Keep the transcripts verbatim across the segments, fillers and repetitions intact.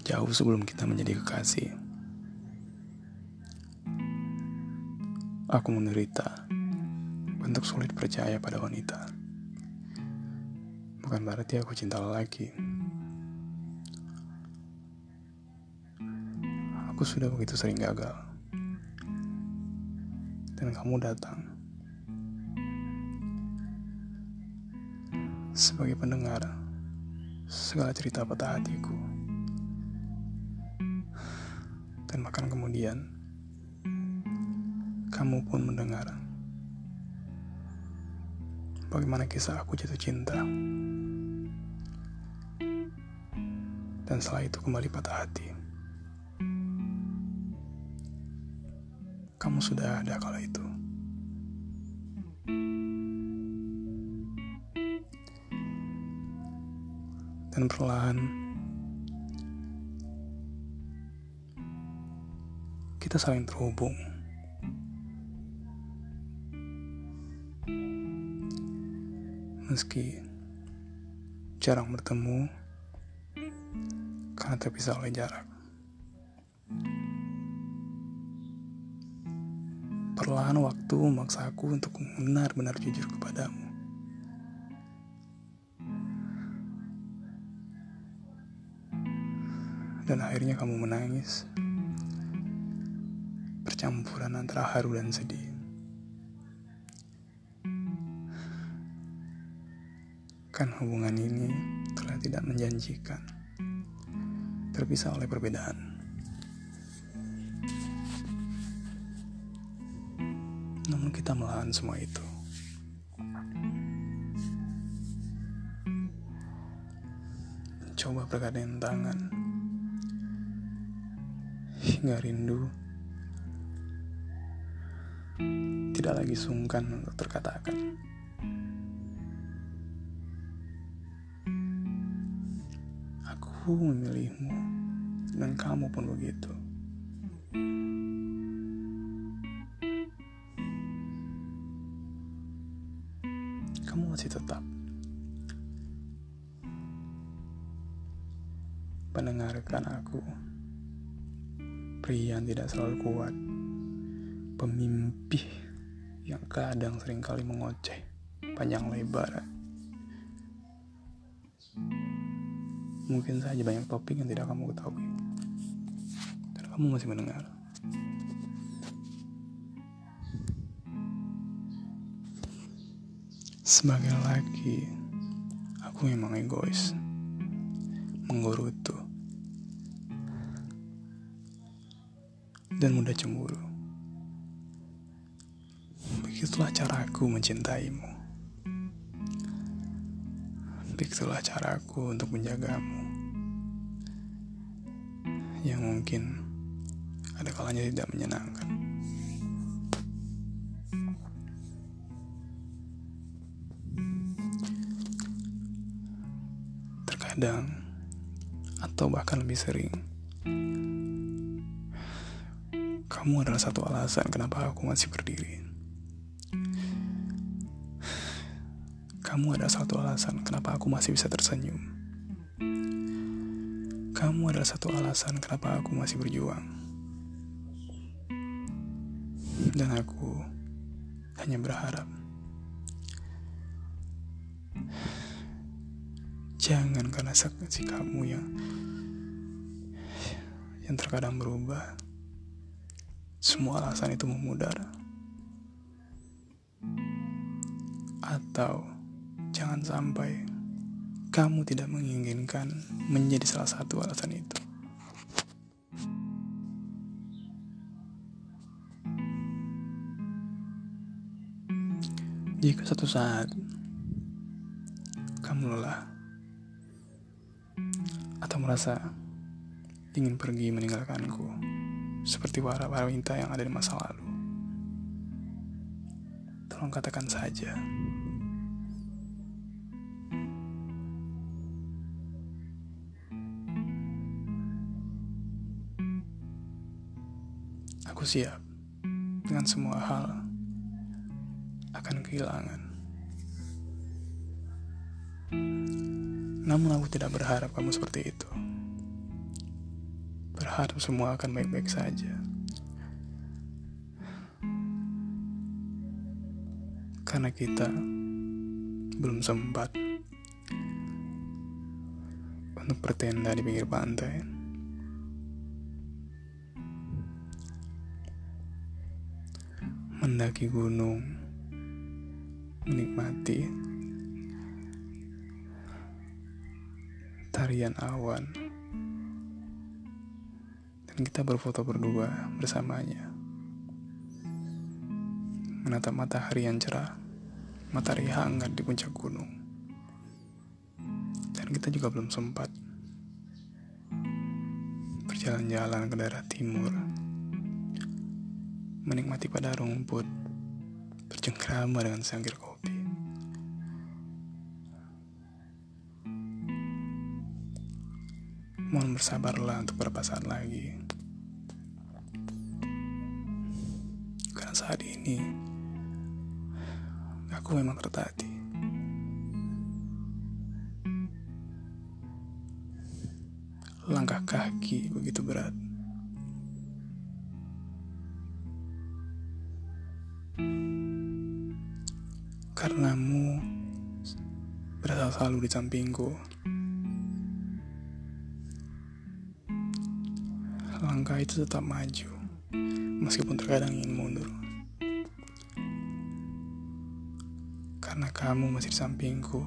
jauh sebelum kita menjadi kekasih. Aku menderita untuk sulit percaya pada wanita. Bukan berarti aku cinta lelaki. Aku sudah begitu sering gagal. Dan kamu datang sebagai pendengar segala cerita patah hatiku. Dan bahkan kemudian kamu pun mendengar bagaimana kisah aku jatuh cinta. Dan setelah itu kembali patah hati. Kamu sudah ada kala itu. Dan perlahan kita saling terhubung. Meski jarang bertemu karena terpisah oleh jarak. Perlahan waktu memaksa aku untuk benar-benar jujur kepadamu. Dan akhirnya kamu menangis, percampuran antara haru dan sedih. Kan hubungan ini telah tidak menjanjikan, terpisah oleh perbedaan. Namun kita melawan semua itu. Coba bergandeng tangan hingga rindu tidak lagi sungkan untuk terkatakan. Aku memilihmu dan kamu pun begitu. Kamu masih tetap mendengarkan aku, pria yang tidak selalu kuat, pemimpi yang kadang seringkali mengoceh panjang lebar. Mungkin saja banyak topik yang tidak kamu ketahui, dan kamu masih mendengar. Sebagai laki, aku memang egois, menggerutu, dan mudah cemburu. Begitulah caraku mencintaimu. Begitulah caraku untuk menjagamu. Yang mungkin ada kalanya tidak menyenangkan. Terkadang, atau bahkan lebih sering, kamu adalah satu alasan kenapa aku masih berdiri. Kamu adalah satu alasan kenapa aku masih bisa tersenyum. Kamu adalah satu alasan kenapa aku masih berjuang. Dan aku hanya berharap jangan karena seksi kamu yang yang terkadang berubah, semua alasan itu memudar. Atau jangan sampai kamu tidak menginginkan menjadi salah satu alasan itu. Jika suatu saat kamu lelah atau merasa ingin pergi meninggalkanku, seperti para wanita yang ada di masa lalu, tolong katakan saja. Aku siap dengan semua hal akan kehilangan. Namun aku tidak berharap kamu seperti itu. berharap semua akan baik-baik saja. Karena kita belum sempat untuk bertenda di pinggir pantai. Mendaki gunung, menikmati tarian awan, dan kita berfoto berdua bersamanya, menatap matahari yang cerah, matahari hangat di puncak gunung. Dan kita juga belum sempat berjalan-jalan ke daerah timur, menikmati padang rumput, bercengkrama dengan secangkir kopi. Mohon bersabarlah untuk beberapa saat lagi, karena saat ini aku memang tertatih. Langkah kaki begitu berat. Karenamu berada selalu di sampingku. Langkah itu tetap maju, meskipun terkadang ingin mundur. Karena kamu masih di sampingku,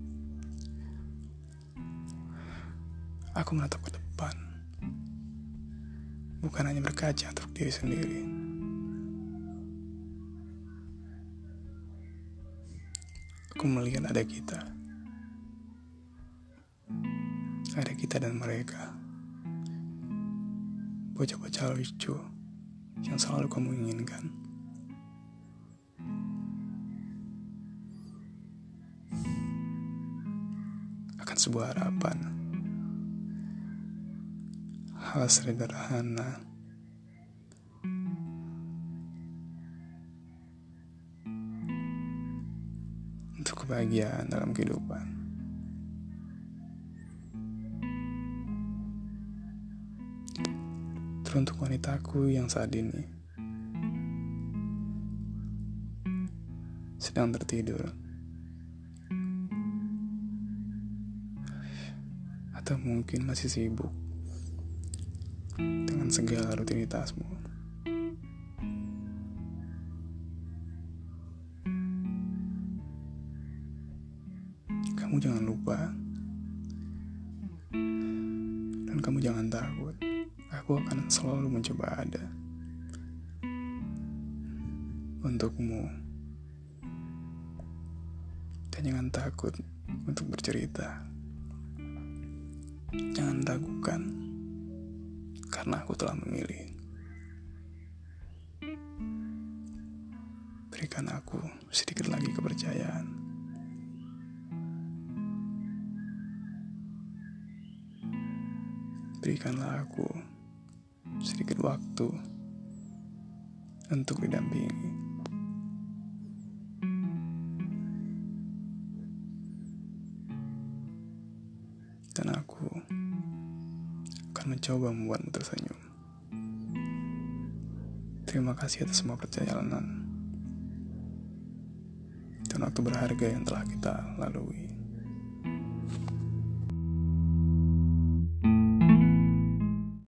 aku menatap ke depan, bukan hanya berkaca untuk diri sendiri. Aku melihat ada kita, ada kita dan mereka, bocah-bocah lucu yang selalu kamu inginkan. Akan sebuah harapan, hal sederhana, untuk kebahagiaan dalam kehidupan. Teruntuk wanitaku yang saat ini sedang tertidur, atau mungkin masih sibuk dengan segala rutinitasmu. Kamu jangan lupa, dan kamu jangan takut. Aku akan selalu mencoba ada untukmu. Dan jangan takut untuk bercerita. Jangan ragukan, karena aku telah memilih. Berikan aku sedikit lagi kepercayaan. Berikanlah aku sedikit waktu untuk didampingi. Dan aku akan mencoba membuatmu tersenyum. Terima kasih atas semua perjalanan dan waktu berharga yang telah kita lalui.